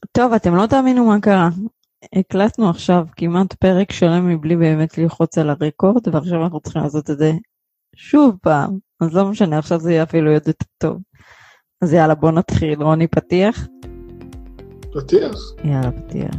טוב, אתם לא תאמינו מה קרה. הקלטנו עכשיו כמעט פרק שלם מבלי באמת ללחוץ על הרקורד, ועכשיו אנחנו צריכים לעשות את זה שוב פעם. אז לא משנה, עכשיו זה יהיה אפילו יותר טוב. אז יאללה, בוא נתחיל. רוני, פתיח? פתיח? יאללה, פתיח.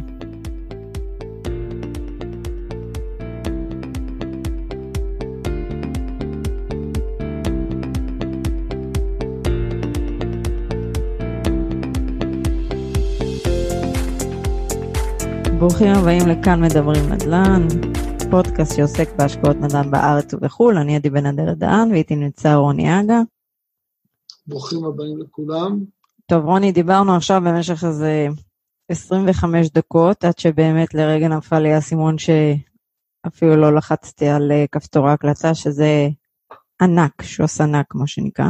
ברוכים הבאים לכאן מדברים נדל"ן, פודקאסט שעוסק בהשקעות נדל"ן בארץ ובחול. אני עדי בן אדר דהן, ואיתי נמצא רוני אגה. ברוכים הבאים לכולם. טוב, רוני, דיברנו עכשיו במשך איזה 25 דקות, עד שבאמת לרגע נפל לי הסימון שאפילו לא לחצתי על כפתור ההקלטה, שזה ענק, שוס ענק, כמו שנקרא.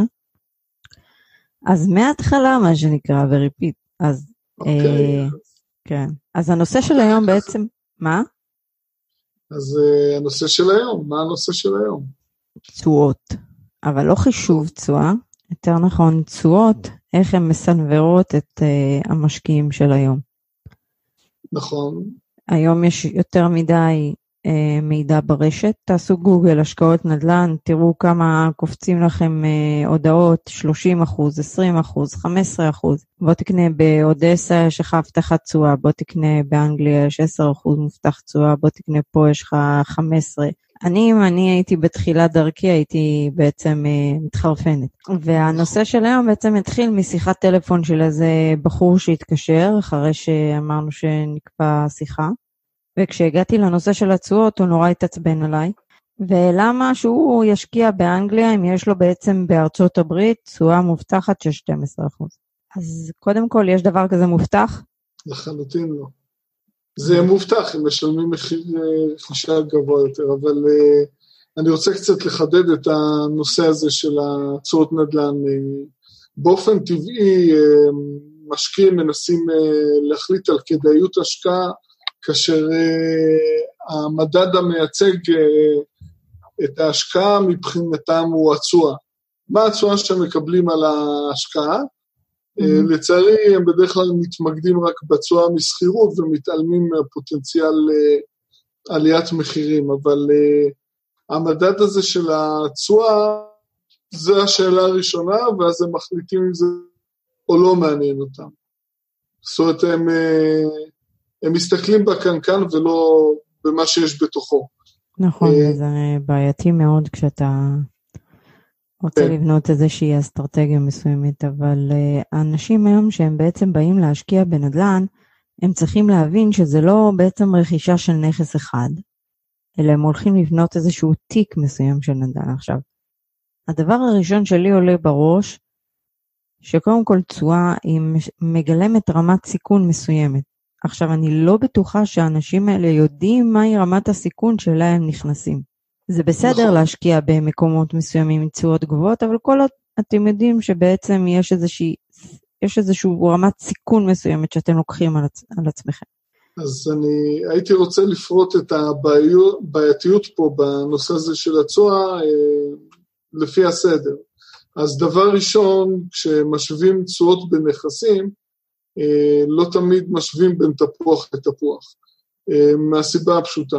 אז מההתחלה, מה שנקרא, וריפיט, אז... כן. אז הנושא של היום בעצם, מה? אז הנושא של היום, מה הנושא של היום? תשואות, אבל לא חישוב תשואה, יותר נכון תשואות, איך הן מסנוורות את המשקיעים של היום. נכון. היום יש יותר מדי מידע ברשת, תעשו גוגל, השקעות נדל"ן, תראו כמה קופצים לכם הודעות, 30%, 20%, 15%, בוא תקנה באודסה יש לך הבטחת תשואה, בוא תקנה באנגליה יש 10% מובטח תשואה, בוא תקנה פה יש לך 15%. אני הייתי בתחילת דרכי, הייתי בעצם מתחרפנת. והנושא של היום בעצם התחיל משיחת טלפון של איזה בחור שהתקשר, אחרי שאמרנו שנקבע שיחה. וכשהגעתי לנושא של התשואות, הוא נורא התעצבן עליי. ולמה שהוא ישקיע באנגליה, אם יש לו בעצם בארצות הברית, תשואה מובטחת של 12%. אז קודם כל, יש דבר כזה מובטח? לחלוטין לא. זה מובטח, הם משלמים מחיר רכישה גבוה יותר, אבל אני רוצה קצת לחדד את הנושא הזה של התשואות נדל"ן. באופן טבעי, משקיעים מנסים להחליט על כדאיות השקעה, כאשר המדד המייצג את ההשקעה מבחינתם הוא התשואה. מה התשואה שהם מקבלים על ההשקעה? לצערי הם בדרך כלל מתמקדים רק בתשואה מסחירות ומתעלמים מהפוטנציאל עליית מחירים, אבל המדד הזה של התשואה, זה השאלה הראשונה, ואז הם מחליטים אם זה או לא מעניין אותם. זאת אומרת, הם מסתכלים בקנקן ולא במה שיש בתוכו. נכון, זה בעייתי מאוד כשאתה רוצה לבנות איזושהי אסטרטגיה מסוימת, אבל האנשים היום שהם בעצם באים להשקיע בנדל"ן, הם צריכים להבין שזה לא בעצם רכישה של נכס אחד, אלא הם הולכים לבנות איזשהו תיק מסוים של נדל"ן. עכשיו, הדבר הראשון שלי עולה בראש, שקודם כל תשואה היא מגלמת רמת סיכון מסוימת. עכשיו, אני לא בטוחה שהאנשים האלה יודעים מהי רמת הסיכון שאליה הם נכנסים. זה בסדר נכון. להשקיע במקומות מסוימים עם תשואות גבוהות, אבל כל אתם יודעים שבעצם יש איזשהו רמת סיכון מסוימת שאתם לוקחים על עצמכם. אז אני הייתי רוצה לפרוט את הבעייתיות פה בנושא הזה של התשואה לפי הסדר. אז דבר ראשון, כשמשווים תשואות בנכסים, לא תמיד משווים בין תפוח לתפוח, מהסיבה הפשוטה.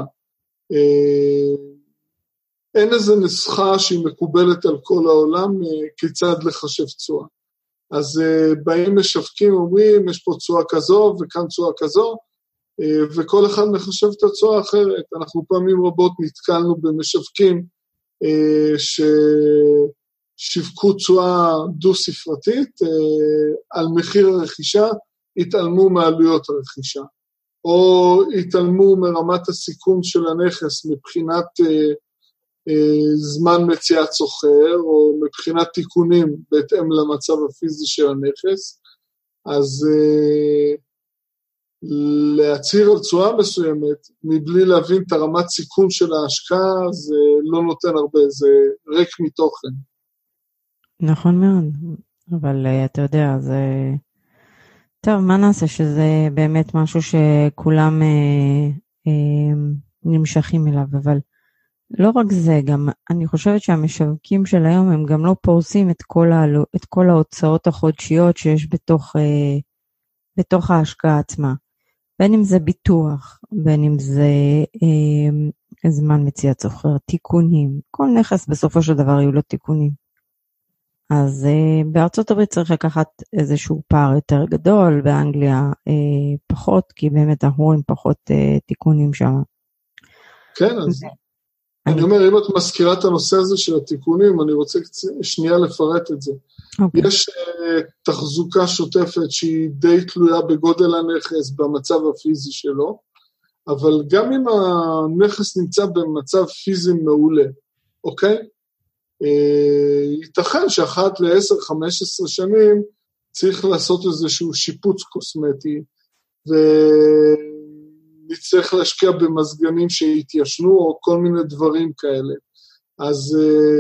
אין איזה נוסחה שהיא מקובלת על כל העולם, כיצד לחשב תשואה. אז באים משווקים, אומרים, יש פה תשואה כזו וכאן תשואה כזו, וכל אחד מחשב את התשואה אחרת. אנחנו פעמים רבות נתקלנו במשווקים ששיווקו תשואה דו-ספרתית, על מחיר הרכישה, התעלמו מעלויות הרכישה, או התעלמו מרמת הסיכון של הנכס מבחינת זמן מציאת סוחר, או מבחינת תיקונים בהתאם למצב הפיזי של הנכס. אז להצהיר על תשואה מסוימת, מבלי להבין את הרמת סיכון של ההשקעה, זה לא נותן הרבה, זה ריק מתוכן. נכון מאוד, אבל אתה יודע, זה... טוב, מה נעשה שזה באמת משהו שכולם נמשכים אליו, אבל לא רק זה, גם אני חושבת שהמשווקים של היום הם גם לא פורסים את כל ההוצאות החודשיות שיש בתוך בתוך ההשקעה עצמה. בין אם זה ביטוח, בין אם זה זמן מציאת שוכר, תיקונים. כל נכס בסופו של דבר יהיו לו תיקונים. אז בארצות הברית צריך לקחת איזשהו פער יותר גדול, באנגליה פחות, כי באמת אנחנו רואים פחות תיקונים שם. כן, אז אני אומר, אם את מזכירה את הנושא הזה של התיקונים, אני רוצה שנייה לפרט את זה. יש תחזוקה שוטפת שהיא די תלויה בגודל הנכס, במצב הפיזי שלו, אבל גם אם הנכס נמצא במצב פיזי מעולה, אוקיי? ייתכן שאחת ל-10-15 שנים צריך לעשות איזשהו שיפוץ קוסמטי, ונצטרך להשקיע במזגנים שהתיישנו, או כל מיני דברים כאלה. אז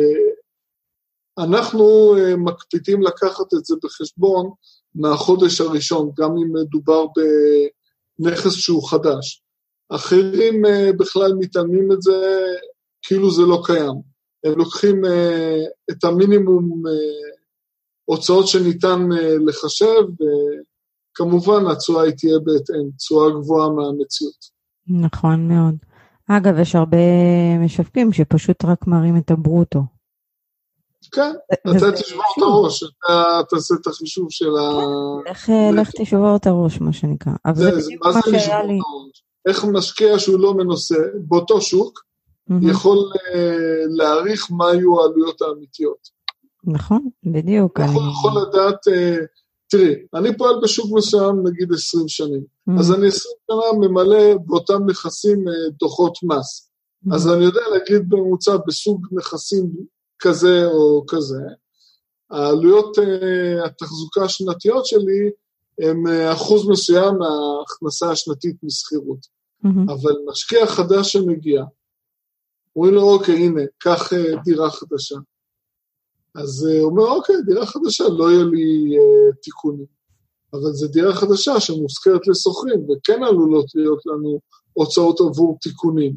אנחנו מקפידים לקחת את זה בחשבון מהחודש הראשון, גם אם מדובר בנכס שהוא חדש. אחרים בכלל מתעלמים את זה כאילו זה לא קיים. הם לוקחים את המינימום הוצאות שניתן לחשב, וכמובן התשואה היא תהיה בהתאם, תשואה גבוהה מהמציאות. נכון מאוד. אגב, יש הרבה משווקים שפשוט רק מראים את הברוטו. כן, אתה תשבור את הראש, אתה תעשה את החישוב של לך תשבור את הראש, מה שנקרא. מה זה לשבור את הראש? איך משקיע שהוא לא מנוסה, באותו שוק, יכול להעריך מה יהיו העלויות האמיתיות. נכון, בדיוק. יכול לדעת, תראי, אני פועל בשוק מסוים נגיד 20 שנים, אז אני 20 שנה ממלא באותם נכסים דוחות מס, אז אני יודע להגיד בממוצע בסוג נכסים כזה או כזה, העלויות התחזוקה השנתיות שלי הם אחוז מסוים מההכנסה השנתית מסחירות, אבל משקיע חדש שמגיע, אומרים לו, אוקיי, הנה, קח דירה חדשה. אז הוא אומר, אוקיי, דירה חדשה, לא יהיה לי תיקונים. אבל זו דירה חדשה שמוזכרת לשוכרים, וכן עלולות להיות לנו הוצאות עבור תיקונים.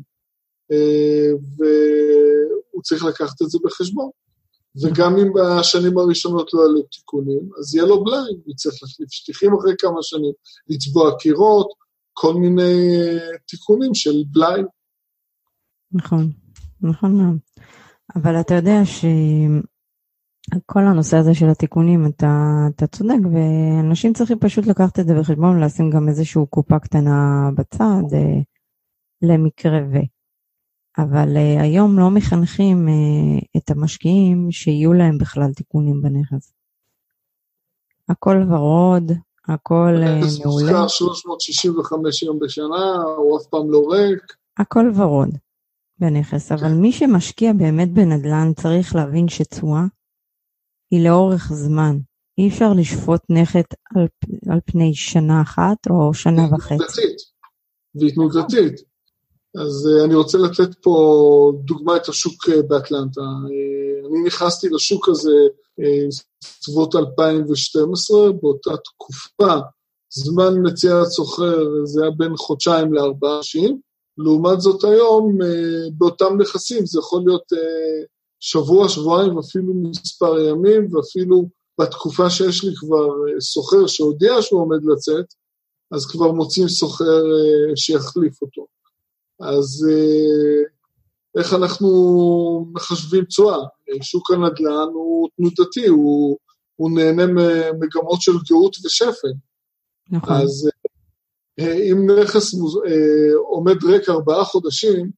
והוא צריך לקחת את זה בחשבון. וגם אם בשנים הראשונות לא עלו תיקונים, אז יהיה לו בלאי, הוא צריך להחליף שטיחים אחרי כמה שנים, לצבוע קירות, כל מיני תיקונים של בלאי. נכון. נכון מאוד. אבל אתה יודע שכל הנושא הזה של התיקונים, אתה צודק, ואנשים צריכים פשוט לקחת את זה בחשבון, לשים גם איזשהו קופה קטנה בצד, למקרה ו. אבל היום לא מחנכים את המשקיעים שיהיו להם בכלל תיקונים בנכס. הכל ורוד, הכל מעולה. מוזכר 365 יום בשנה, הוא אף פעם לא ריק. הכל ורוד. בנכס, אבל מי שמשקיע באמת בנדל"ן צריך להבין שתשואה היא לאורך זמן. אי אפשר לשפוט נכס על פני שנה אחת או שנה וחצי. והתנודתית. אז אני רוצה לתת פה דוגמה את השוק באטלנטה. אני נכנסתי לשוק הזה סביבות 2012, באותה תקופה, זמן מציאת שוכר, זה היה בין חודשיים ל4 חודשים, לעומת זאת היום, באותם נכסים, זה יכול להיות שבוע, שבועיים, ואפילו מספר ימים, ואפילו בתקופה שיש לי כבר סוחר שהודיע שהוא עומד לצאת, אז כבר מוצאים סוחר שיחליף אותו. אז איך אנחנו מחשבים תשואה? שוק הנדל"ן הוא תנודתי, הוא נהנה ממגמות של גאות ושפל. נכון. אז אם נכס עומד ריק 4 חודשים,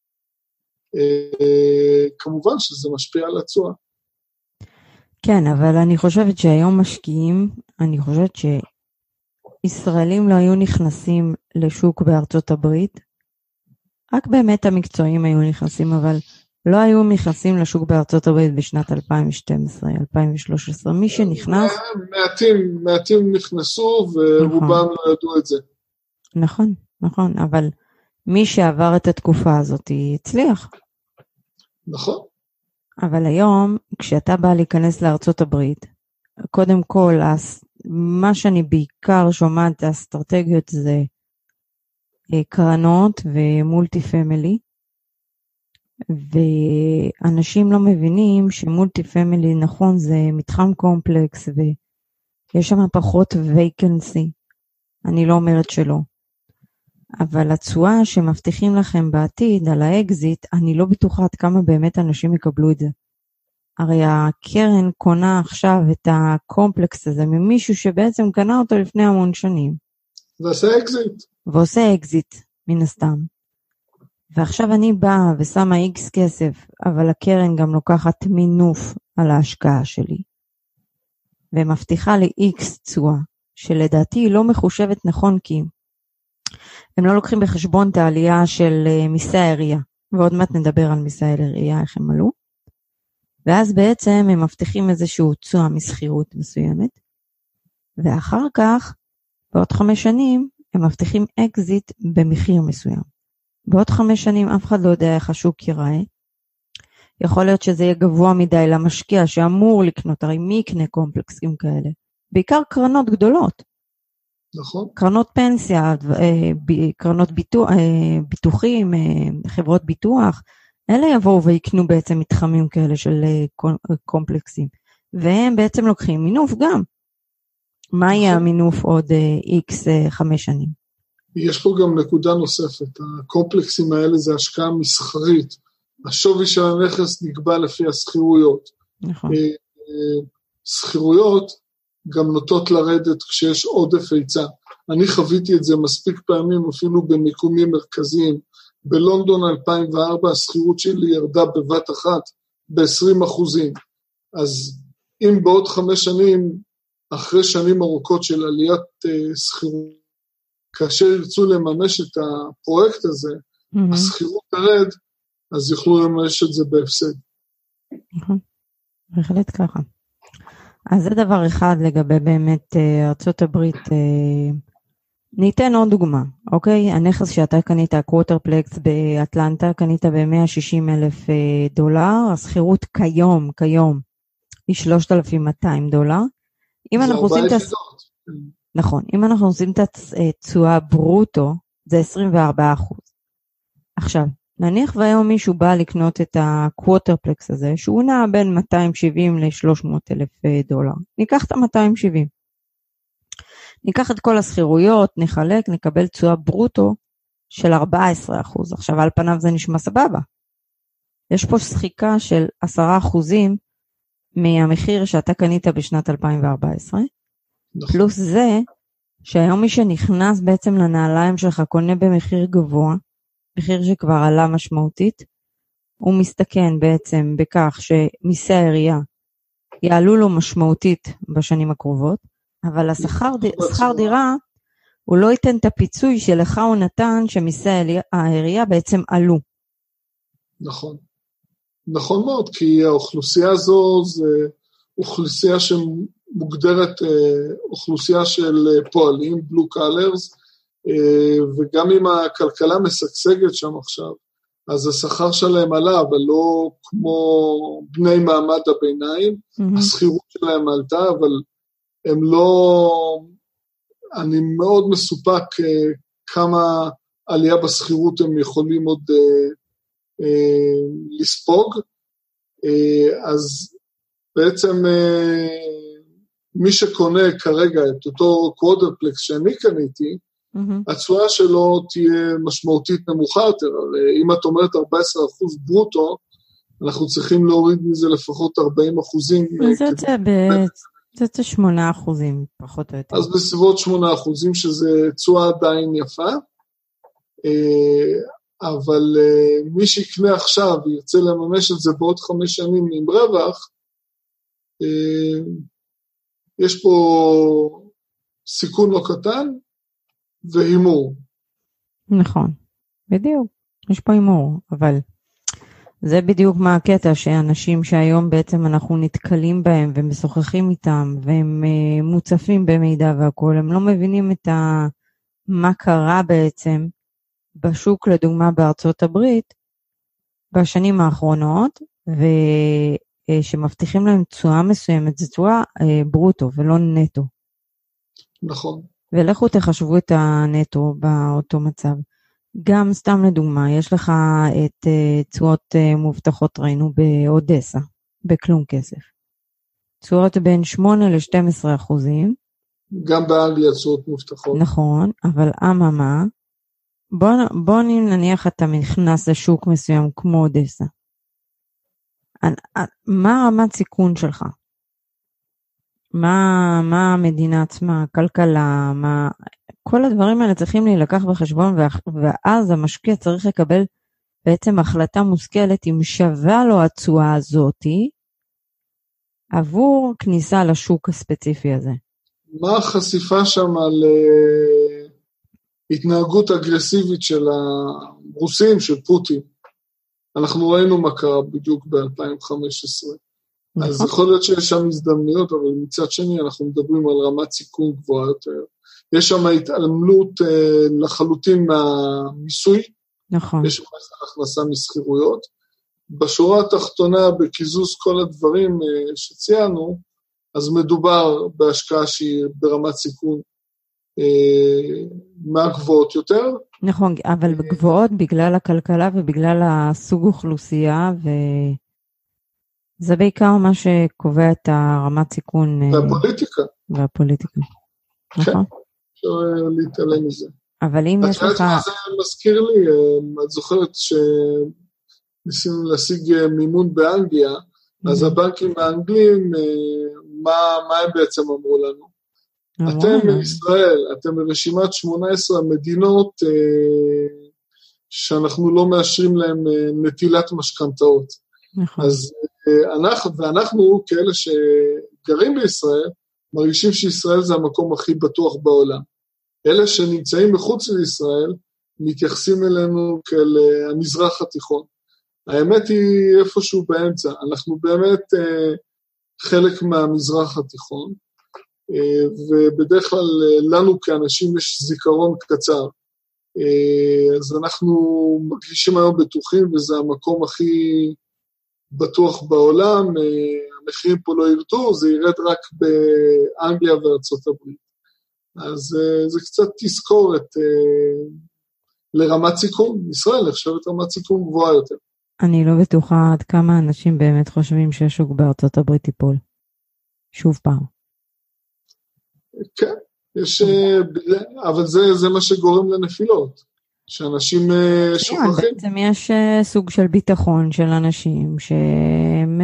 כמובן שזה משפיע על התשואה. כן, אבל אני חושבת שהיום משקיעים, אני חושבת שישראלים לא היו נכנסים לשוק בארצות הברית, רק באמת המקצועיים היו נכנסים, אבל לא היו נכנסים לשוק בארצות הברית בשנת 2012, 2013. מי שנכנס... מעטים נכנסו ורובם לא ידעו את זה. נכון, נכון, אבל מי שעבר את התקופה הזאת הצליח. נכון. אבל היום, כשאתה בא להיכנס לארצות הברית, קודם כל, מה שאני בעיקר שומעת, האסטרטגיות זה קרנות ומולטי פמילי, ואנשים לא מבינים שמולטי פמילי, נכון, זה מתחם קומפלקס, ויש שם פחות וייקנסי, אני לא אומרת שלא. אבל התשואה שמבטיחים לכם בעתיד על האקזיט, אני לא בטוחה עד כמה באמת אנשים יקבלו את זה. הרי הקרן קונה עכשיו את הקומפלקס הזה ממישהו שבעצם קנה אותו לפני המון שנים. ועושה אקזיט, מן הסתם. ועכשיו אני באה ושמה X כסף, אבל הקרן גם לוקחת מינוף על ההשקעה שלי. ומבטיחה לי X תשואה, שלדעתי היא לא מחושבת נכון, כי הם לא לוקחים בחשבון את העלייה של מיסי העירייה. ועוד מעט נדבר על מיסי העירייה, איך הם עלו. ואז בעצם הם מבטיחים איזשהו תשואה מסחירות מסוימת. ואחר כך, בעוד 5 שנים, הם מבטיחים אקזיט במחיר מסוים. בעוד 5 שנים אף אחד לא יודע איך השוק ייראה. יכול להיות שזה יהיה גבוה מדי למשקיע שאמור לקנות, הרי מי יקנה קומפלקסים כאלה? בעיקר קרנות גדולות. נכון. קרנות פנסיה, קרנות ביטוחים, חברות ביטוח, אלה יבואו ויקנו בעצם מתחמים כאלה של קומפלקסים. והם בעצם לוקחים מינוף גם. מה יהיה המינוף עוד X 5 שנים? יש פה גם נקודה נוספת. הקומפלקסים האלה זה השקעה מסחרית. השווי של הנכס נקבע לפי הסחירויות. נכון. סחירויות גם נוטות לרדת כשיש עודף היצע. אני חוויתי את זה מספיק פעמים, אפילו במיקומים מרכזיים. בלונדון 2004 הסחירות שלי ירדה בבת אחת ב-20%. אז אם בעוד 5 שנים, אחרי שנים ארוכות של עליית סחירות, כאשר ירצו לממש את הפרויקט הזה, הסחירות תרד, אז יוכלו לממש את זה בהפסד. נכון, בהחלט ככה. אז זה דבר אחד לגבי באמת ארצות הברית. ניתן עוד דוגמה, אוקיי? הנכס שאתה קנית, הקווטרפלקס באטלנטה, קנית $160,000, הסחירות כיום היא $3,200. אם אנחנו עושים את נכון, אם אנחנו עושים את התשואה ברוטו, זה 24%. עכשיו, נניח והיום מישהו בא לקנות את הקווטרפלקס הזה, שהוא נע בין 270 ל-300,000 דולר. ניקח את ה-270. ניקח את כל הסחירויות, נחלק, נקבל תשואה ברוטו של 14%. עכשיו, על פניו זה נשמע סבבה. יש פה שחיקה של 10% מהמחיר שאתה קנית בשנת 2014, פלוס זה שהיום מי שנכנס בעצם לנעליים שלך קונה במחיר גבוה, מחיר שכבר עלה משמעותית, הוא מסתכן בעצם בכך שמיסי העירייה יעלו לו משמעותית בשנים הקרובות, אבל השכר דירה הוא לא ייתן את הפיצוי שלך הוא נתן שמיסי העירייה בעצם עלו. נכון. נכון מאוד, כי האוכלוסייה הזו זה אוכלוסייה שמוגדרת אוכלוסייה של פועלים, blue collars, וגם אם הכלכלה משגשגת שם עכשיו, אז השכר שלהם עלה, אבל לא כמו בני מעמד הביניים, הסחירות שלהם עלתה, אבל הם לא, אני מאוד מסופק כמה עלייה בסחירות הם יכולים עוד לספוג, אז בעצם מי שקונה כרגע את אותו קווטרפלקס שאני קניתי, התשואה שלו תהיה משמעותית נמוכה יותר, אם את אומרת 14% ברוטו, אנחנו צריכים להוריד מזה לפחות 40%. זה 8% פחות או יותר. אז בסביבות 8%, שזה תשואה עדיין יפה, אבל מי שיקנה עכשיו וירצה לממש את זה בעוד 5 שנים עם רווח, יש פה סיכון לא קטן והימור. נכון, בדיוק, יש פה הימור, אבל זה בדיוק מה הקטע שאנשים שהיום בעצם אנחנו נתקלים בהם ומשוחחים איתם והם מוצפים במידע והכל, הם לא מבינים מה קרה בעצם בשוק לדוגמה בארצות הברית בשנים האחרונות, ושמבטיחים להם תשואה מסוימת, זה תשואה ברוטו ולא נטו. נכון. ולכו תחשבו את הנטו באותו מצב. גם סתם לדוגמה, יש לך את תשואות מובטחות, ראינו באודסה, בכלום כסף. תשואות בין 8 ל-12%, גם באנגליה תשואות מובטחות. נכון, אבל אממה, בוא נניח אתה נכנס לשוק מסוים כמו אודסה. מה רמת סיכון שלך? מה המדינה עצמה, הכלכלה, כל הדברים האלה צריכים להילקח בחשבון, ואז המשקיע צריך לקבל בעצם החלטה מושכלת אם שווה לו התשואה הזאתי, עבור כניסה לשוק הספציפי הזה. מה החשיפה שם על התנהגות אגרסיבית של הרוסים, של פוטין? אנחנו ראינו מה קרה בדיוק ב-2015. נכון. אז יכול להיות שיש שם הזדמנויות, אבל מצד שני אנחנו מדברים על רמת סיכון גבוהה יותר. יש שם התעלמלות לחלוטין מהמיסוי. נכון. יש שם הכנסה מסחירויות. בשורה התחתונה, בקיזוז כל הדברים שציינו, אז מדובר בהשקעה שהיא ברמת סיכון מהגבוהות יותר. נכון, אבל גבוהות בגלל הכלכלה ובגלל הסוג אוכלוסייה, וזה בעיקר מה שקובע את הרמת סיכון. והפוליטיקה. והפוליטיקה. נכון. כן, אפשר להתעלם מזה. אבל אם יש לך... זה מזכיר לי, את זוכרת שניסינו להשיג מימון באנגליה, אז הבנקים האנגלים, מה הם בעצם אמרו לנו? אתם מישראל, אתם ברשימת 18 המדינות שאנחנו לא מאשרים להם נטילת משכנתאות. אז אנחנו כאלה שגרים בישראל, מרגישים שישראל זה המקום הכי בטוח בעולם. אלה שנמצאים מחוץ לישראל, מתייחסים אלינו כאל המזרח התיכון. האמת היא איפשהו באמצע, אנחנו באמת חלק מהמזרח התיכון, ובדרך כלל לנו כאנשים יש זיכרון קצר, אז אנחנו מרגישים היום בטוחים, וזה המקום הכי בטוח בעולם, המחירים פה לא ירדו, זה ירד רק באנגליה וארצות הברית. אז זה קצת תזכורת לרמת סיכון, ישראל נחשבת רמת סיכון גבוהה יותר. אני לא בטוחה עד כמה אנשים באמת חושבים שהשוק בארצות הברית טיפול. שוב פעם. כן, אבל זה מה שגורם לנפילות, שאנשים שוכחים. בעצם יש סוג של ביטחון של אנשים שהם,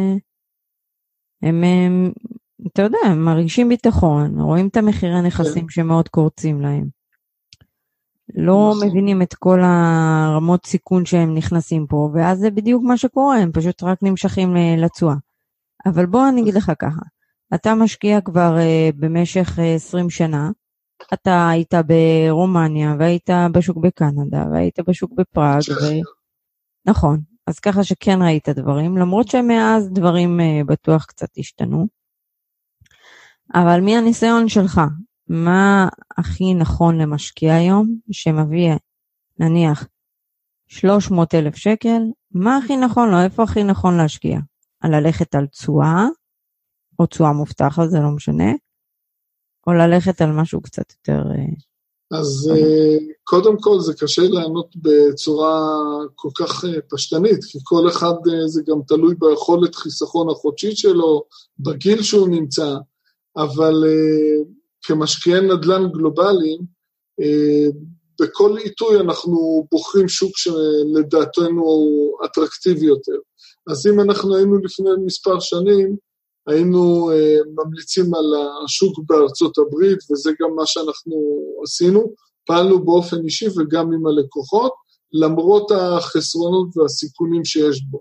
אתה יודע, הם מרגישים ביטחון, רואים את המחירי נכסים שמאוד קורצים להם. לא מבינים את כל הרמות סיכון שהם נכנסים פה, ואז זה בדיוק מה שקורה, הם פשוט רק נמשכים לתשואה. אבל בוא אני אגיד לך ככה, אתה משקיע כבר במשך 20 שנה, אתה היית ברומניה, והיית בשוק בקנדה, והיית בשוק בפראג, נכון, אז ככה שכן ראית דברים, למרות שמאז דברים בטוח קצת השתנו, אבל מי הניסיון שלך? מה הכי נכון למשקיע היום, שמביא נניח 300,000 שקל, מה הכי נכון לו, איפה הכי נכון להשקיע? ללכת על תשואה, או תשואה מובטחת, זה לא משנה, או ללכת על משהו קצת יותר... אז קודם כל זה קשה לענות בצורה כל כך פשטנית, כי כל אחד זה גם תלוי ביכולת חיסכון החודשית שלו, בגיל שהוא נמצא, אבל כמשקיעי נדל"ן גלובליים, בכל עיתוי אנחנו בוחרים שוק שלדעתנו הוא אטרקטיבי יותר. אז אם אנחנו היינו לפני מספר שנים, היינו ממליצים על השוק בארצות הברית, וזה גם מה שאנחנו עשינו, פעלנו באופן אישי וגם עם הלקוחות, למרות החסרונות והסיכונים שיש בו.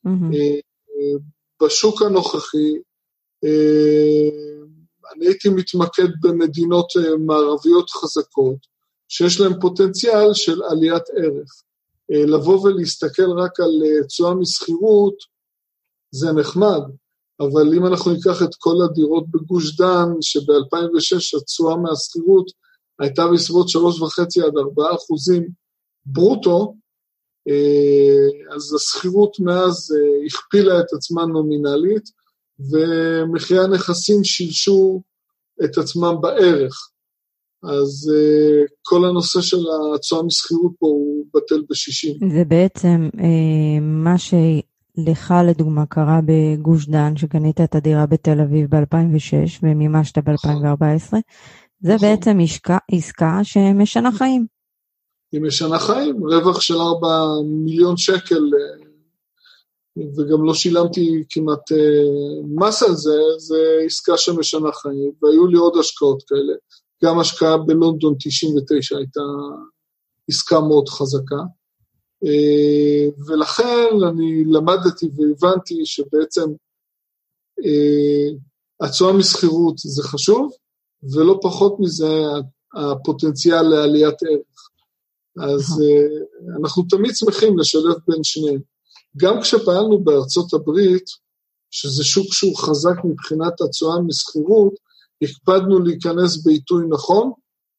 בשוק הנוכחי, אני הייתי מתמקד במדינות מערביות חזקות, שיש להן פוטנציאל של עליית ערך. לבוא ולהסתכל רק על תשואה מסחירות, זה נחמד, אבל אם אנחנו ניקח את כל הדירות בגוש דן, שב-2006 התשואה מהסחירות הייתה בסביבות 3.5 עד 4% ברוטו, אז הסחירות מאז הכפילה את עצמה נומינלית, ומחירי הנכסים שילשו את עצמם בערך. אז כל הנושא של התשואה מסחירות פה הוא בטל ב-60. זה בעצם מה לך לדוגמה קרה בגוש דן, שקנית את הדירה בתל אביב ב-2006 ומימשת ב-2014, זה בעצם עסקה שמשנה חיים. היא משנה חיים, רווח של 4 מיליון שקל, וגם לא שילמתי כמעט מס על זה, זה עסקה שמשנה חיים, והיו לי עוד השקעות כאלה, גם השקעה בלונדון 99 הייתה עסקה מאוד חזקה, ולכן אני למדתי והבנתי שבעצם התשואה מסחירות זה חשוב, ולא פחות מזה הפוטנציאל לעליית ערך. אז אנחנו תמיד שמחים לשלב בין שניהם. גם כשפעלנו בארצות הברית, שזה שוק שהוא חזק מבחינת התשואה מסחירות, הקפדנו להיכנס בעיתוי נכון,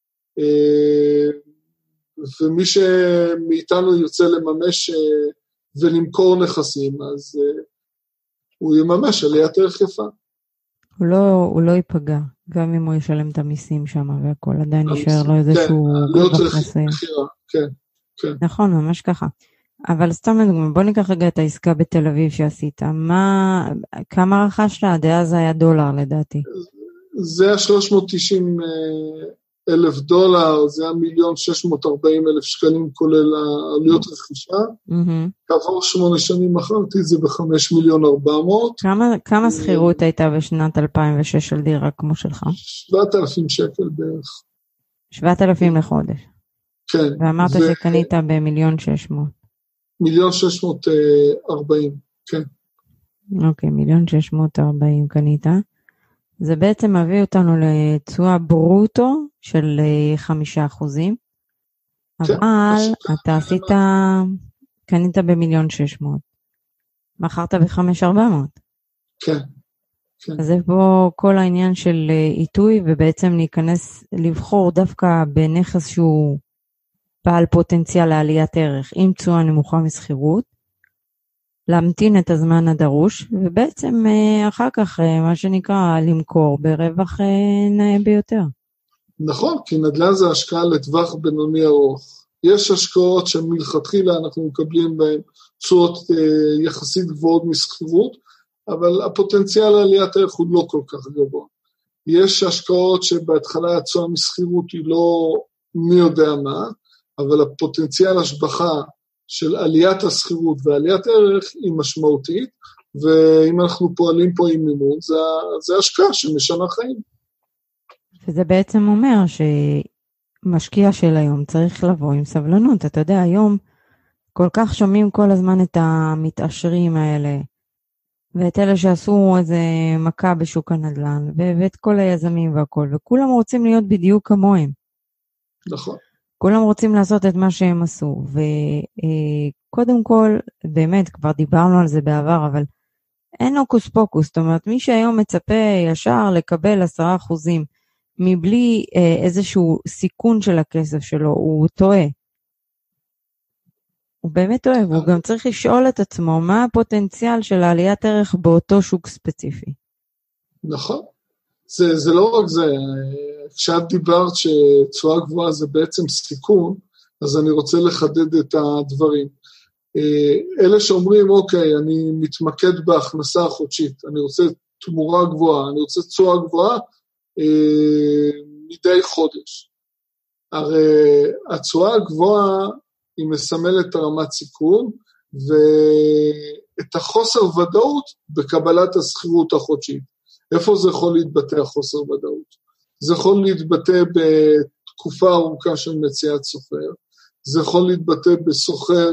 ומי שמאיתנו ירצה לממש ולמכור נכסים, אז הוא יממש עליית ערך יפה. הוא לא ייפגע, גם אם הוא ישלם את המיסים שם והכל, עדיין נשאר לו איזשהו רווח מסוים. כן. נכון, ממש ככה. אבל סתם לדוגמה, בוא ניקח רגע את העסקה בתל אביב שעשית. כמה רכשת? דאז זה היה דולר לדעתי. זה היה 390,000 דולר, זה היה 1,640,000 שקלים כולל העלויות רכישה. כעבור 8 שנים מכרתי את זה ב5,400,000. כמה שכירות הייתה בשנת 2006 של דירה כמו שלך? 7,000 שקל בערך. 7,000 לחודש. כן. ואמרת שקנית ב1,600,000. 1,640,000, כן. אוקיי, 1,640,000 קנית. זה בעצם מביא אותנו לתשואה ברוטו של 5%. אבל אתה עשית, קנית ב1,600,000. מכרת ב5,400,000. כן. אז זה פה כל העניין של עיתוי, ובעצם להיכנס, לבחור דווקא בנכס שהוא בעל פוטנציאל לעליית ערך, עם תשואה נמוכה מסחירות, להמתין את הזמן הדרוש, ובעצם אחר כך, מה שנקרא, למכור ברווח נאה ביותר. נכון, כי נדל"ן זה השקעה לטווח בינוני ארוך. יש השקעות שמלכתחילה אנחנו מקבלים בהן תשואות יחסית גבוהות מסחירות, אבל הפוטנציאל לעליית ערך הוא לא כל כך גבוה. יש השקעות שבהתחלה התשואה מסחירות היא לא מי יודע מה, אבל הפוטנציאל השבחה של עליית הסחירות ועליית ערך היא משמעותית, ואם אנחנו פועלים פה עם מימון, זה השקעה שמשנה חיים. וזה בעצם אומר שמשקיע של היום צריך לבוא עם סבלנות. אתה יודע, היום כל כך שומעים כל הזמן את המתעשרים האלה, ואת אלה שעשו איזה מכה בשוק הנדל"ן, ואת כל היזמים והכל, וכולם רוצים להיות בדיוק כמוהם. נכון. כולם רוצים לעשות את מה שהם עשו, וקודם כל, באמת, כבר דיברנו על זה בעבר, אבל אין הוקוס פוקוס, זאת אומרת, מי שהיום מצפה ישר לקבל 10%, מבלי איזשהו סיכון של הכסף שלו, הוא טועה. הוא באמת טועה, והוא גם צריך לשאול את עצמו, מה הפוטנציאל של העליית ערך באותו שוק ספציפי. נכון. זה לא רק זה, כשאת דיברת שתשואה גבוהה זה בעצם סיכון, אז אני רוצה לחדד את הדברים. אלה שאומרים, אוקיי, אני מתמקד בהכנסה החודשית, אני רוצה תמורה גבוהה, אני רוצה תשואה גבוהה מדי חודש. הרי התשואה הגבוהה היא מסמלת רמת סיכון, ואת החוסר ודאות בקבלת הסחירות החודשית. איפה זה יכול להתבטא החוסר ודאות? זה יכול להתבטא בתקופה ארוכה של מציאת סוחר, זה יכול להתבטא בסוחר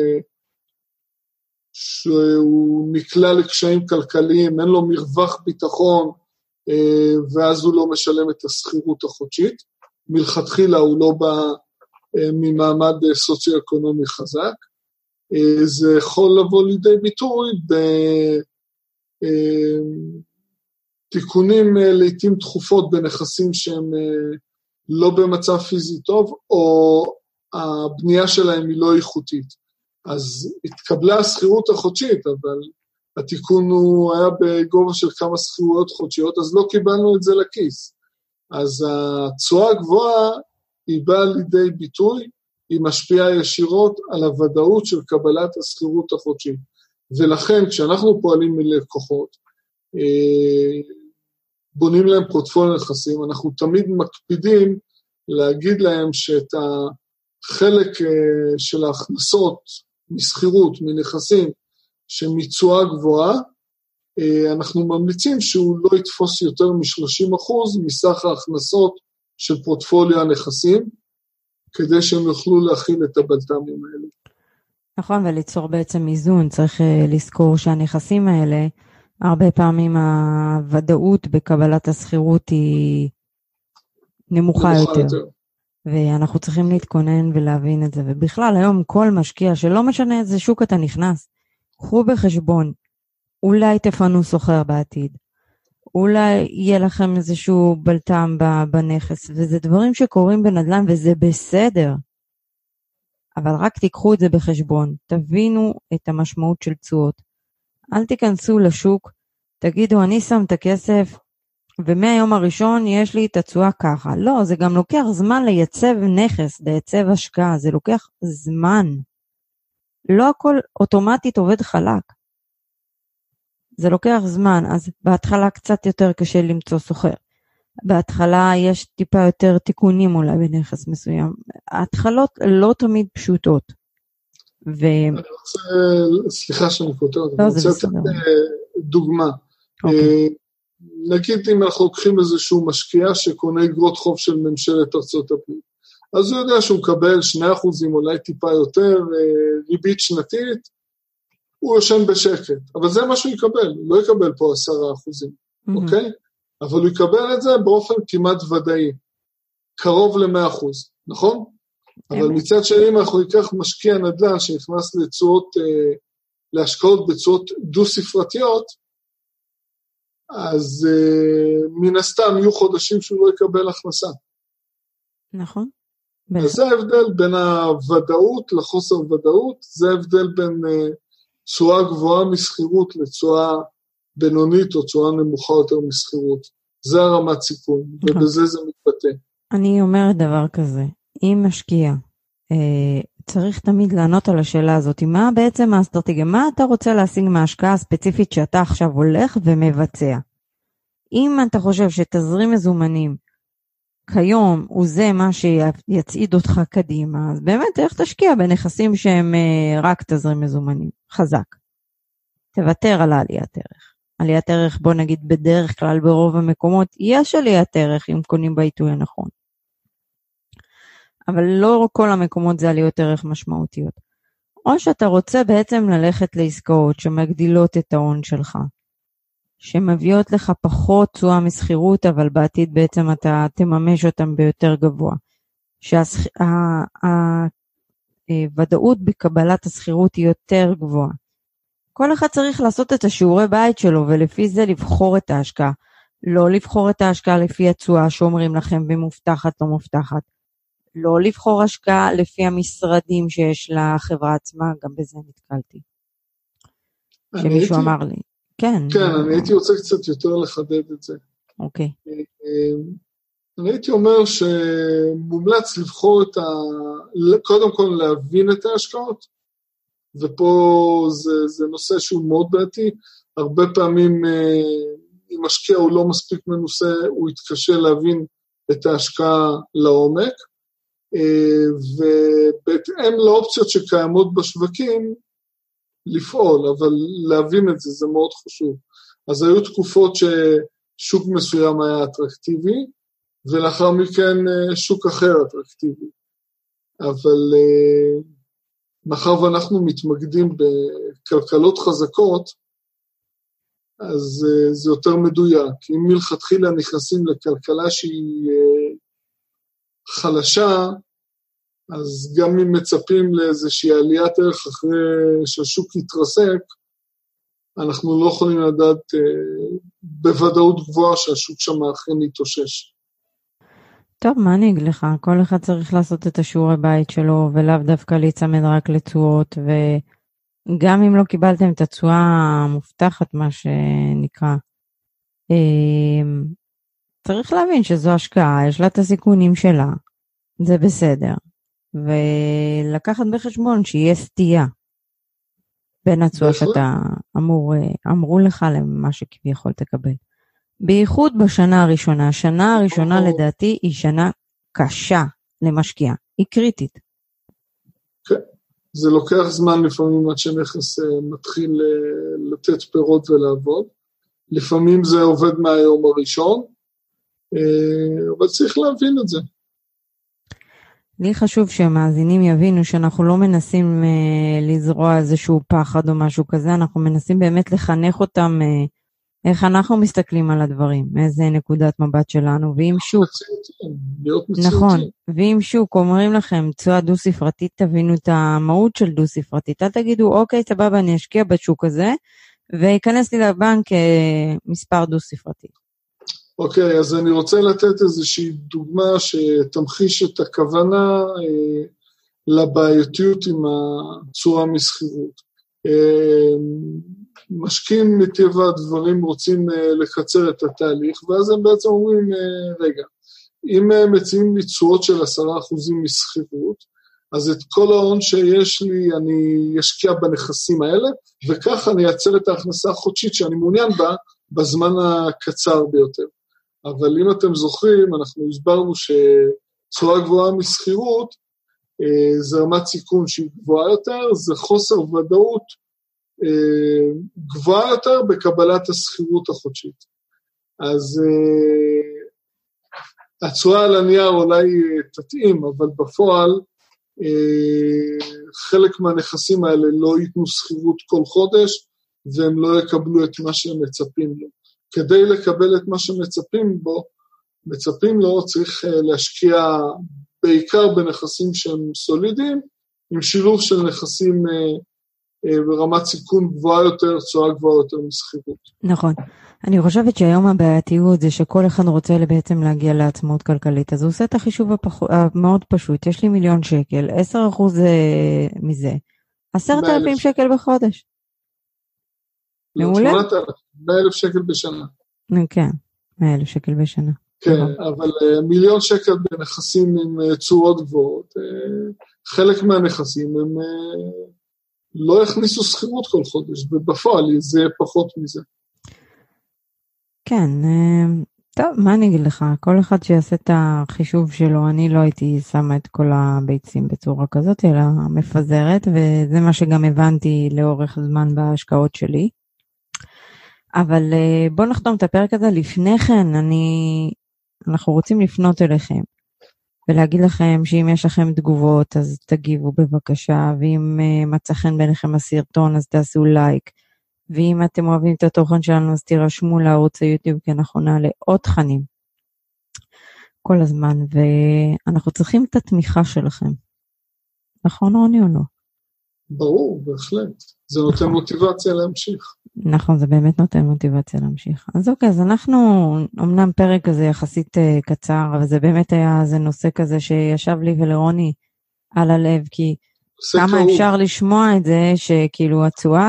שהוא נקלע לקשיים כלכליים, אין לו מרווח ביטחון, ואז הוא לא משלם את הסחירות החודשית, מלכתחילה הוא לא בא ממעמד סוציו-אקונומי חזק, זה יכול לבוא לידי ביטוי תיקונים לעתים תכופות בנכסים שהם לא במצב פיזי טוב, או הבנייה שלהם היא לא איכותית. אז התקבלה הסחירות החודשית, אבל התיקון הוא היה בגובה של כמה סחירויות חודשיות, אז לא קיבלנו את זה לכיס. אז התשואה הגבוהה היא באה לידי ביטוי, היא משפיעה ישירות על הוודאות של קבלת הסחירות החודשית. ולכן כשאנחנו פועלים מלקוחות, בונים להם פורטפוליו נכסים, אנחנו תמיד מקפידים להגיד להם שאת החלק של ההכנסות מסחירות, מנכסים שמתשואה גבוהה, אנחנו ממליצים שהוא לא יתפוס יותר מ-30% מסך ההכנסות של פורטפוליו הנכסים, כדי שהם יוכלו להכיל את הבלת"מים האלה. נכון, וליצור בעצם איזון, צריך לזכור שהנכסים האלה, הרבה פעמים הוודאות בקבלת הסחירות היא נמוכה יותר. ואנחנו צריכים להתכונן ולהבין את זה, ובכלל היום כל משקיע שלא משנה איזה שוק אתה נכנס, קחו בחשבון, אולי תפנו סוחר בעתיד, אולי יהיה לכם איזשהו בלטם בנכס, וזה דברים שקורים בנדל"ן וזה בסדר, אבל רק תיקחו את זה בחשבון, תבינו את המשמעות של תשואות, אל תיכנסו לשוק, תגידו אני שם את הכסף, ומהיום הראשון יש לי את התשואה ככה, לא, זה גם לוקח זמן לייצב נכס, לייצב השקעה, זה לוקח זמן, לא הכל אוטומטית עובד חלק, זה לוקח זמן, אז בהתחלה קצת יותר קשה למצוא סוחר. בהתחלה יש טיפה יותר תיקונים אולי בנכס מסוים. ההתחלות לא תמיד פשוטות. אני רוצה, סליחה שאני קוטע, לא, אני רוצה לתת דוגמה. נגיד אם אנחנו לוקחים איזשהו משקיע שקונה אגרות חוב של ממשלת ארצות הברית, אז הוא יודע שהוא מקבל 2% אולי טיפה יותר, ריבית שנתית, הוא יושן בשקט, אבל זה מה שהוא יקבל, הוא לא יקבל פה 10%, אוקיי? אבל הוא יקבל את זה באופן כמעט ודאי, קרוב ל100%, נכון? אבל מצד שני, אם אנחנו ניקח משקיע נדל"ן שנכנס להשקעות בצורות דו-ספרתיות, אז מן הסתם יהיו חודשים שהוא לא יקבל הכנסה. נכון. אז זה ההבדל בין הוודאות לחוסר ודאות, זה ההבדל בין תשואה גבוהה מסחירות לתשואה בינונית או תשואה נמוכה יותר מסחירות. זה הרמת סיכון, ובזה זה מתבטא. אני אומרת דבר כזה, אם משקיע, צריך תמיד לענות על השאלה הזאת, מה בעצם האסטרטגיה, מה אתה רוצה להשיג מההשקעה הספציפית שאתה עכשיו הולך ומבצע? אם אתה חושב שתזרים מזומנים כיום הוא זה מה שיצעיד אותך קדימה, אז באמת איך תשקיע בנכסים שהם רק תזרים מזומנים, חזק. תוותר על העליית ערך. עליית ערך, בוא נגיד בדרך כלל ברוב המקומות, יש עליית ערך אם קונים בעיתוי הנכון. אבל לא כל המקומות זה עליות ערך משמעותיות. או שאתה רוצה בעצם ללכת לעסקאות שמגדילות את ההון שלך, שמביאות לך פחות תשואה מסחירות, אבל בעתיד בעצם אתה תממש אותם ביותר גבוה. שהוודאות בקבלת הסחירות היא יותר גבוהה. כל אחד צריך לעשות את השיעורי בית שלו, ולפי זה לבחור את ההשקעה. לא לבחור את ההשקעה לפי התשואה שאומרים לכם במובטחת או מובטחת. לא לבחור השקעה לפי המשרדים שיש לחברה עצמה, גם בזה נתקלתי. שמישהו אמר לי. כן, אני הייתי רוצה קצת יותר לחדד את זה. אוקיי. אני הייתי אומר שמומלץ לבחור קודם כל להבין את ההשקעות, ופה זה נושא שהוא מאוד בעייתי, הרבה פעמים אם משקיע הוא לא מספיק מנוסה, הוא יתקשה להבין את ההשקעה לעומק, ובהתאם לאופציות שקיימות בשווקים, לפעול, אבל להבין את זה, זה מאוד חשוב. אז היו תקופות ששוק מסוים היה אטרקטיבי, ולאחר מכן שוק אחר אטרקטיבי. אבל מאחר ואנחנו מתמקדים בכלכלות חזקות, אז זה יותר מדויק. אם מלכתחילה נכנסים לכלכלה שהיא חלשה, אז גם אם מצפים לאיזושהי עליית ערך אחרי שהשוק יתרסק, אנחנו לא יכולים לדעת בוודאות גבוהה שהשוק שם אכן יתאושש. טוב, מה אני אגיד לך? כל אחד צריך לעשות את השיעורי בית שלו, ולאו דווקא להצמד רק לתשואות, וגם אם לא קיבלתם את התשואה המובטחת, מה שנקרא, צריך להבין שזו השקעה, יש לה את הסיכונים שלה, זה בסדר. ולקחת בחשבון שיהיה סטייה. בין התשואה שאתה אמרו לך למה שכביכול תקבל. בייחוד בשנה הראשונה. השנה הראשונה לדעתי היא שנה קשה למשקיע, היא קריטית. כן, זה לוקח זמן לפעמים עד שנכס מתחיל לתת פירות ולעבוד, לפעמים זה עובד מהיום הראשון, אבל צריך להבין את זה. לי חשוב שמאזינים יבינו שאנחנו לא מנסים לזרוע איזשהו פחד או משהו כזה, אנחנו מנסים באמת לחנך אותם איך אנחנו מסתכלים על הדברים, מאיזה נקודת מבט שלנו, ואם שוק, נכון, ואם שוק אומרים לכם תשואה דו ספרתית, תבינו את המהות של דו ספרתית, אל תגידו אוקיי סבבה אני אשקיע בשוק הזה, ויכנס לי לבנק מספר דו ספרתי. אוקיי, אז אני רוצה לתת איזושהי דוגמה שתמחיש את הכוונה לבעייתיות עם התשואה מסחירות. משקיעים מטבע הדברים רוצים לקצר את התהליך, ואז הם בעצם אומרים, רגע, אם מציעים לי תשואות של 10% מסחירות, אז את כל ההון שיש לי אני אשקיע בנכסים האלה, וכך אני אעצר את ההכנסה החודשית שאני מעוניין בה בזמן הקצר ביותר. אבל אם אתם זוכרים, אנחנו הסברנו שתשואה גבוהה מסחירות, זה רמת סיכון שהיא גבוהה יותר, זה חוסר ודאות גבוהה יותר בקבלת הסחירות החודשית. אז התשואה על הנייר אולי תתאים, אבל בפועל חלק מהנכסים האלה לא ייתנו סחירות כל חודש, והם לא יקבלו את מה שהם מצפים לו. כדי לקבל את מה שמצפים לו, צריך להשקיע בעיקר בנכסים שהם סולידיים, עם שילוב של נכסים ברמת סיכון גבוהה יותר, תשואה גבוהה יותר מסחירות. נכון. אני חושבת שהיום הבעייתיות זה שכל אחד רוצה בעצם להגיע לעצמאות כלכלית, אז הוא עושה את החישוב המאוד פשוט, יש לי 1,000,000 שקל, 10% מזה, 10,000 שקל בחודש. מעולה? 100,000 שקל בשנה. כן, 100,000 שקל בשנה. כן, אבל 1,000,000 שקל בנכסים עם תשואות גבוהות, חלק מהנכסים הם לא יכניסו סחירות כל חודש, ובפועל זה פחות מזה. כן, טוב, מה אני אגיד לך? כל אחד שיעשה את החישוב שלו, אני לא הייתי שמה את כל הביצים בצורה כזאת, אלא מפזרת, וזה מה שגם הבנתי לאורך זמן בהשקעות שלי. אבל בואו נחתום את הפרק הזה. לפני כן, אנחנו רוצים לפנות אליכם, ולהגיד לכם שאם יש לכם תגובות, אז תגיבו בבקשה, ואם מצא חן ביניכם הסרטון, אז תעשו לייק, ואם אתם אוהבים את התוכן שלנו, אז תירשמו לערוץ היוטיוב, כי אנחנו נעלה עוד תכנים כל הזמן, ואנחנו צריכים את התמיכה שלכם. נכון, רוני, או לא? ברור, בהחלט. זה נותן מוטיבציה להמשיך. נכון, זה באמת נותן מוטיבציה להמשיך. אז אוקיי, אז אנחנו, אמנם פרק הזה יחסית קצר, אבל זה באמת היה איזה נושא כזה שישב לי ולרוני על הלב, כי כמה אפשר לשמוע את זה, שכאילו התשואה.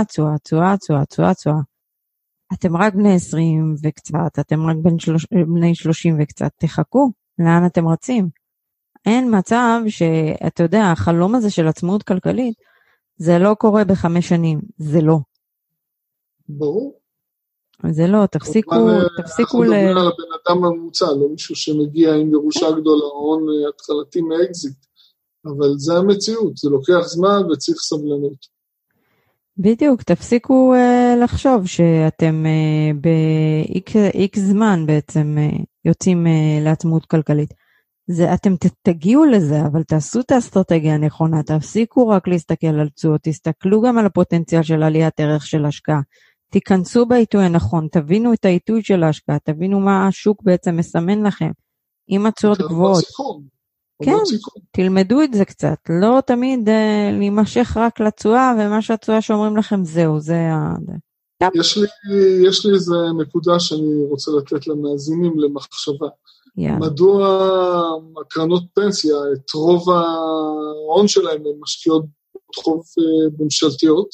אתם רק בני 20 וקצת, אתם רק בני 30 וקצת, תחכו, לאן אתם רצים? אין מצב שאתה יודע, החלום הזה של עצמאות כלכלית, זה לא קורה ב5 שנים, זה לא. ברור. זה לא, תפסיקו אנחנו מדברים על הבן אדם הממוצע, לא מישהו שמגיע עם ירושה גדולה, הון התחלתי מאקזיט, אבל זה המציאות, זה לוקח זמן וצריך סבלנות. בדיוק, תפסיקו לחשוב שאתם ב-X זמן בעצם יוצאים לעצמאות כלכלית. אתם תגיעו לזה, אבל תעשו את האסטרטגיה הנכונה, תפסיקו רק להסתכל על תשואות, תסתכלו גם על הפוטנציאל של עליית ערך של השקעה, תיכנסו בעיתוי הנכון, תבינו את העיתוי של ההשקעה, תבינו מה השוק בעצם מסמן לכם, עם התשואות גבוהות. כן, תלמדו את זה קצת, לא תמיד להימשך רק לתשואה, ומה שהתשואה שאומרים לכם זהו, זה יש לי איזה נקודה שאני רוצה לתת למאזינים למחשבה. מדוע הקרנות פנסיה, את רוב ההון שלהם הם משקיעות חוב ממשלתיות?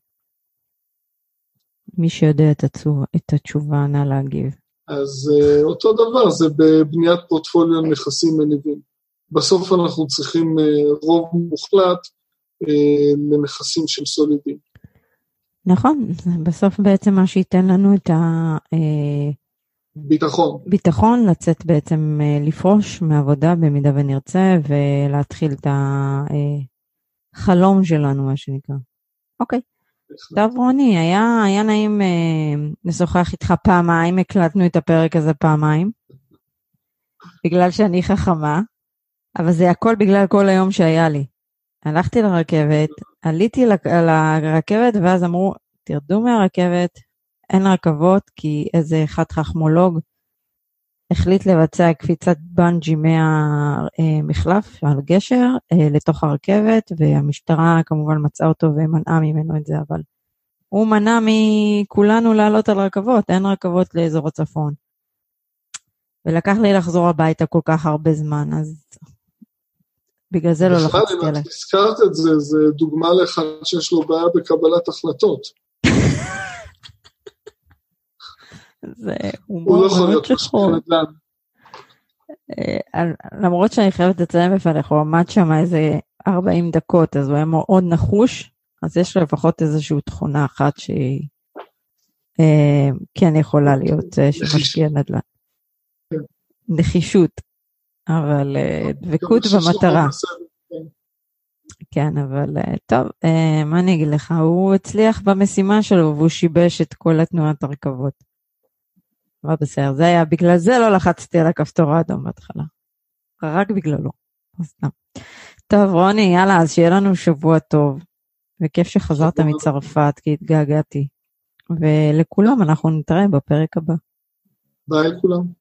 מי שיודע את התשובה, נא להגיב. אז אותו דבר, זה בבניית פורטפוליו נכסים מניבים. בסוף אנחנו צריכים רוב מוחלט לנכסים של סולידים. נכון, בסוף בעצם מה שייתן לנו את ביטחון לצאת בעצם לפרוש מעבודה במידה ונרצה, ולהתחיל את החלום שלנו, מה שנקרא. אוקיי. טוב רוני, היה נעים לשוחח איתך פעמיים, הקלטנו את הפרק הזה פעמיים, בגלל שאני חכמה, אבל זה הכל בגלל כל היום שהיה לי. הלכתי לרכבת, עליתי על הרכבת, ואז אמרו, תרדו מהרכבת, אין רכבות, כי איזה אחד חכמולוג החליט לבצע קפיצת בנג'י מהמחלף על גשר לתוך הרכבת, והמשטרה כמובן מצאה אותו ומנעה ממנו את זה, אבל הוא מנע מכולנו לעלות על רכבות, אין רכבות לאזור הצפון. ולקח לי לחזור הביתה כל כך הרבה זמן, אז בגלל זה לא לחצתי עליי. בכלל, אם את הזכרת את זה, זה דוגמה לאחד שיש לו בעיה בקבלת החלטות. זה הומור מאוד שחור. למרות שאני חייבת לציין בפניך, הוא עמד שם איזה 40 דקות, אז הוא היה מאוד נחוש, אז יש לו לפחות איזושהי תכונה אחת שהיא כן יכולה להיות שמשקיע נדל"ן. נחישות, אבל דבקות במטרה. כן, אבל טוב, מה אני אגיד לך, הוא הצליח במשימה שלו, והוא שיבש את כל התנועת הרכבות. אבל בסדר, זה היה, בגלל זה לא לחצתי על הכפתור האדום בהתחלה. רק בגללו. טוב, רוני, יאללה, אז שיהיה לנו שבוע טוב. וכיף שחזרת מצרפת, כי התגעגעתי. ולכולם אנחנו נתראה בפרק הבא. ביי לכולם.